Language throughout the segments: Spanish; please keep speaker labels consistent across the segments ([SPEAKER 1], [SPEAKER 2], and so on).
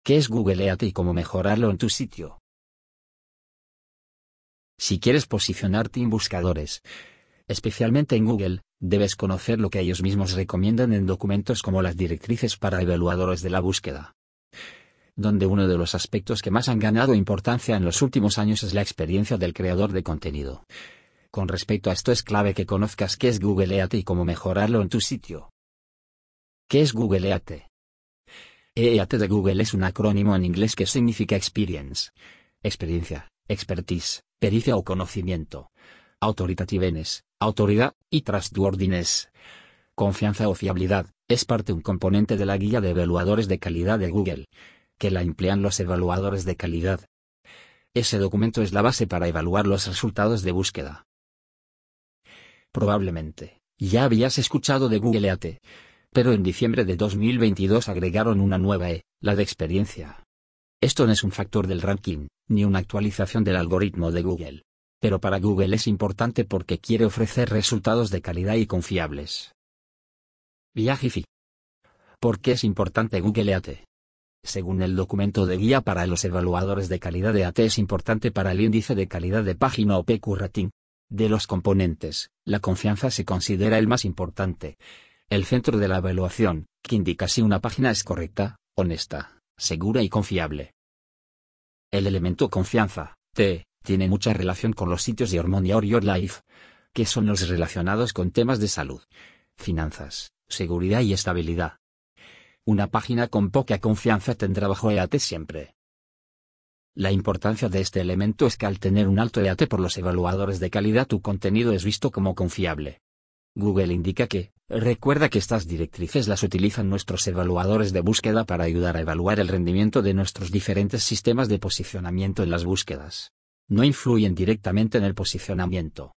[SPEAKER 1] ¿Qué es Google EAT y cómo mejorarlo en tu sitio? Si quieres posicionarte en buscadores, especialmente en Google, debes conocer lo que ellos mismos recomiendan en documentos como las directrices para evaluadores de la búsqueda, donde uno de los aspectos que más han ganado importancia en los últimos años es la experiencia del creador de contenido. Con respecto a esto es clave que conozcas qué es Google EAT y cómo mejorarlo en tu sitio. ¿Qué es Google EAT? EAT de Google es un acrónimo en inglés que significa Experience, experiencia, expertise, pericia o conocimiento, Authoritiveness, autoridad, y Trustworthiness, confianza o fiabilidad. Es parte un componente de la guía de evaluadores de calidad de Google, que la emplean los evaluadores de calidad. Ese documento es la base para evaluar los resultados de búsqueda. Probablemente, ya habías escuchado de Google EAT, pero en diciembre de 2022 agregaron una nueva la de experiencia. Esto no es un factor del ranking, ni una actualización del algoritmo de Google. Pero para Google es importante porque quiere ofrecer resultados de calidad y confiables. Viajifi. ¿Por qué es importante Google EAT? Según el documento de guía para los evaluadores de calidad de EAT es importante para el índice de calidad de página o PQ Rating. De los componentes, la confianza se considera el más importante. El centro de la evaluación, que indica si una página es correcta, honesta, segura y confiable. El elemento confianza, tiene mucha relación con los sitios de Hormone or Your Life, que son los relacionados con temas de salud, finanzas, seguridad y estabilidad. Una página con poca confianza tendrá bajo EAT siempre. La importancia de este elemento es que al tener un alto EAT por los evaluadores de calidad tu contenido es visto como confiable. Google indica que, recuerda que estas directrices las utilizan nuestros evaluadores de búsqueda para ayudar a evaluar el rendimiento de nuestros diferentes sistemas de posicionamiento en las búsquedas. No influyen directamente en el posicionamiento.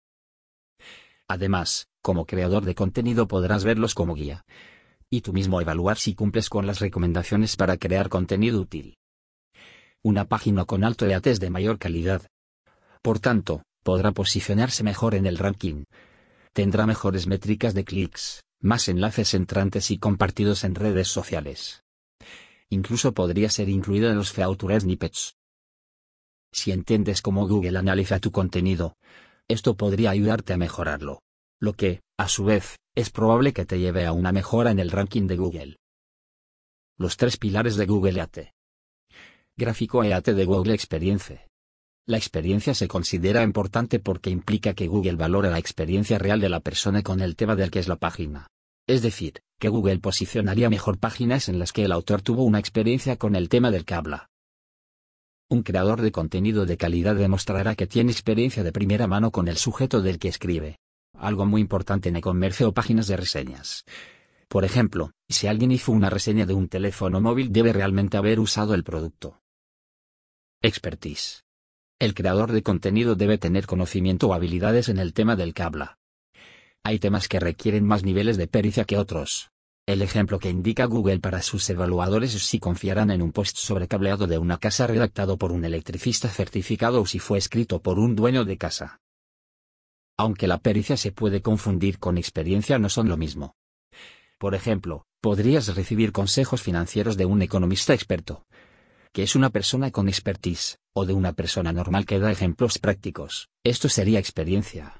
[SPEAKER 1] Además, como creador de contenido podrás verlos como guía, y tú mismo evaluar si cumples con las recomendaciones para crear contenido útil. Una página con alto EAT es de mayor calidad. Por tanto, podrá posicionarse mejor en el ranking. Tendrá mejores métricas de clics, más enlaces entrantes y compartidos en redes sociales. Incluso podría ser incluida en los Featured Snippets. Si entiendes cómo Google analiza tu contenido, esto podría ayudarte a mejorarlo, lo que, a su vez, es probable que te lleve a una mejora en el ranking de Google. Los 3 pilares de Google EAT. Gráfico EAT de Google Experience. La experiencia se considera importante porque implica que Google valora la experiencia real de la persona con el tema del que es la página. Es decir, que Google posicionaría mejor páginas en las que el autor tuvo una experiencia con el tema del que habla. Un creador de contenido de calidad demostrará que tiene experiencia de primera mano con el sujeto del que escribe. Algo muy importante en e-commerce o páginas de reseñas. Por ejemplo, si alguien hizo una reseña de un teléfono móvil debe realmente haber usado el producto. Expertise. El creador de contenido debe tener conocimiento o habilidades en el tema del que habla. Hay temas que requieren más niveles de pericia que otros. El ejemplo que indica Google para sus evaluadores es si confiarán en un post sobre cableado de una casa redactado por un electricista certificado o si fue escrito por un dueño de casa. Aunque la pericia se puede confundir con experiencia, no son lo mismo. Por ejemplo, podrías recibir consejos financieros de un economista experto, que es una persona con expertise, o de una persona normal que da ejemplos prácticos. Esto sería experiencia.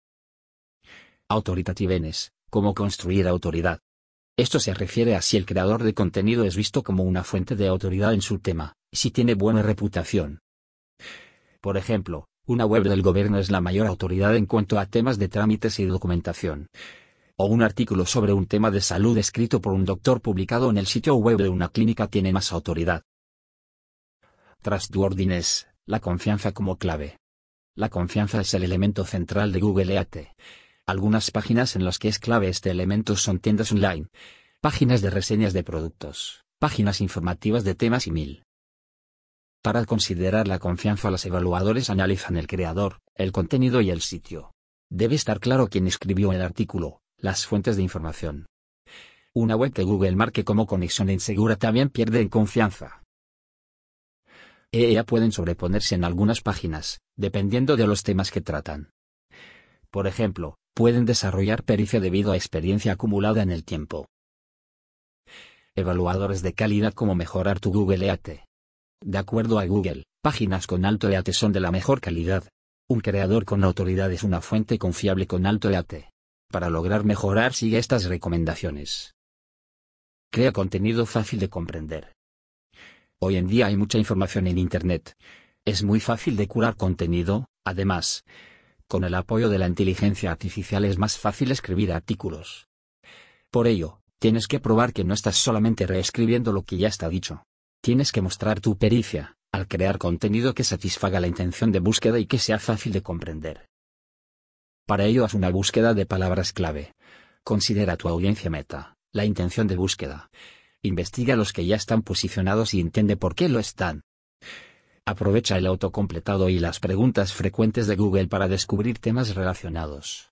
[SPEAKER 1] Authoritiveness, cómo construir autoridad. Esto se refiere a si el creador de contenido es visto como una fuente de autoridad en su tema, y si tiene buena reputación. Por ejemplo, una web del gobierno es la mayor autoridad en cuanto a temas de trámites y documentación. O un artículo sobre un tema de salud escrito por un doctor publicado en el sitio web de una clínica tiene más autoridad. Trustworthiness, la confianza como clave. La confianza es el elemento central de Google EAT. Algunas páginas en las que es clave este elemento son tiendas online, páginas de reseñas de productos, páginas informativas de temas y mil. Para considerar la confianza, los evaluadores analizan el creador, el contenido y el sitio. Debe estar claro quién escribió el artículo, las fuentes de información. Una web que Google marque como conexión insegura también pierde en confianza. Pueden sobreponerse en algunas páginas, dependiendo de los temas que tratan. Por ejemplo, pueden desarrollar pericia debido a experiencia acumulada en el tiempo. Evaluadores de calidad. ¿Cómo mejorar tu Google EAT? De acuerdo a Google, páginas con alto EAT son de la mejor calidad. Un creador con autoridad es una fuente confiable con alto EAT. Para lograr mejorar, sigue estas recomendaciones. Crea contenido fácil de comprender. Hoy en día hay mucha información en Internet. Es muy fácil de curar contenido, además, con el apoyo de la inteligencia artificial es más fácil escribir artículos. Por ello, tienes que probar que no estás solamente reescribiendo lo que ya está dicho. Tienes que mostrar tu pericia, al crear contenido que satisfaga la intención de búsqueda y que sea fácil de comprender. Para ello haz una búsqueda de palabras clave. Considera tu audiencia meta, la intención de búsqueda. Investiga los que ya están posicionados y entiende por qué lo están. Aprovecha el autocompletado y las preguntas frecuentes de Google para descubrir temas relacionados.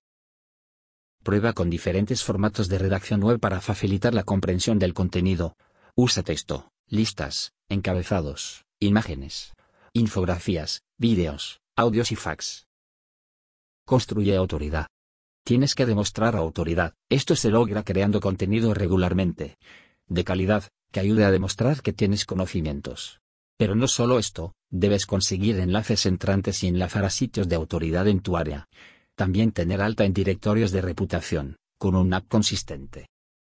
[SPEAKER 1] Prueba con diferentes formatos de redacción web para facilitar la comprensión del contenido. Usa texto, listas, encabezados, imágenes, infografías, vídeos, audios y fax. Construye autoridad. Tienes que demostrar autoridad. Esto se logra creando contenido regularmente, de calidad, que ayude a demostrar que tienes conocimientos. Pero no solo esto, debes conseguir enlaces entrantes y enlazar a sitios de autoridad en tu área. También tener alta en directorios de reputación, con un app consistente.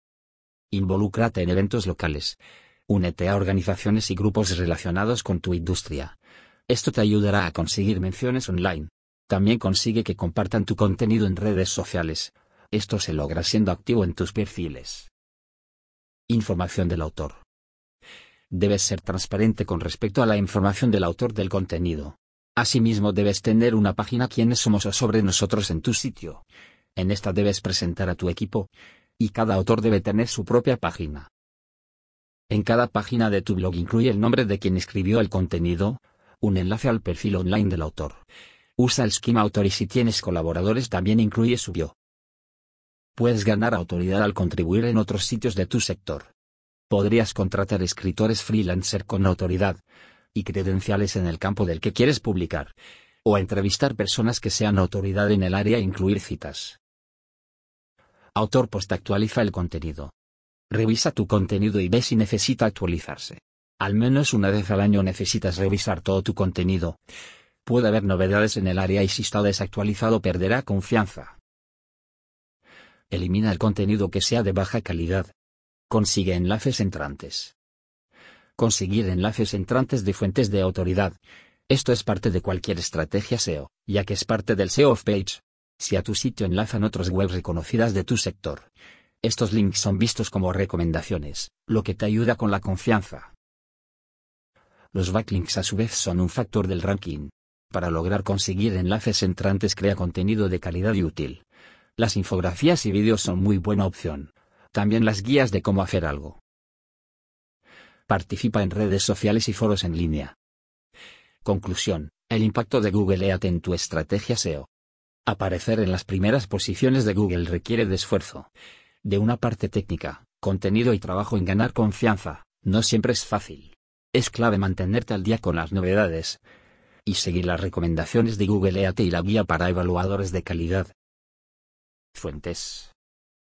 [SPEAKER 1] Involúcrate en eventos locales. Únete a organizaciones y grupos relacionados con tu industria. Esto te ayudará a conseguir menciones online. También consigue que compartan tu contenido en redes sociales. Esto se logra siendo activo en tus perfiles. Información del autor. Debes ser transparente con respecto a la información del autor del contenido. Asimismo, debes tener una página quiénes somos o sobre nosotros en tu sitio. En esta debes presentar a tu equipo, y cada autor debe tener su propia página. En cada página de tu blog incluye el nombre de quien escribió el contenido, un enlace al perfil online del autor. Usa el esquema autor y si tienes colaboradores también incluye su bio. Puedes ganar autoridad al contribuir en otros sitios de tu sector. Podrías contratar escritores freelancer con autoridad y credenciales en el campo del que quieres publicar, o entrevistar personas que sean autoridad en el área e incluir citas. Autor post. Actualiza el contenido. Revisa tu contenido y ve si necesita actualizarse. Al menos una vez al año necesitas revisar todo tu contenido. Puede haber novedades en el área y si está desactualizado perderá confianza. Elimina el contenido que sea de baja calidad. Consigue enlaces entrantes. Conseguir enlaces entrantes de fuentes de autoridad. Esto es parte de cualquier estrategia SEO, ya que es parte del SEO off-page. Si a tu sitio enlazan otras webs reconocidas de tu sector, estos links son vistos como recomendaciones, lo que te ayuda con la confianza. Los backlinks a su vez son un factor del ranking. Para lograr conseguir enlaces entrantes, crea contenido de calidad y útil. Las infografías y vídeos son muy buena opción. También las guías de cómo hacer algo. Participa en redes sociales y foros en línea. Conclusión: el impacto de Google EAT en tu estrategia SEO. Aparecer en las primeras posiciones de Google requiere de esfuerzo. De una parte técnica, contenido y trabajo en ganar confianza, no siempre es fácil. Es clave mantenerte al día con las novedades y seguir las recomendaciones de Google EAT y la guía para evaluadores de calidad. Fuentes.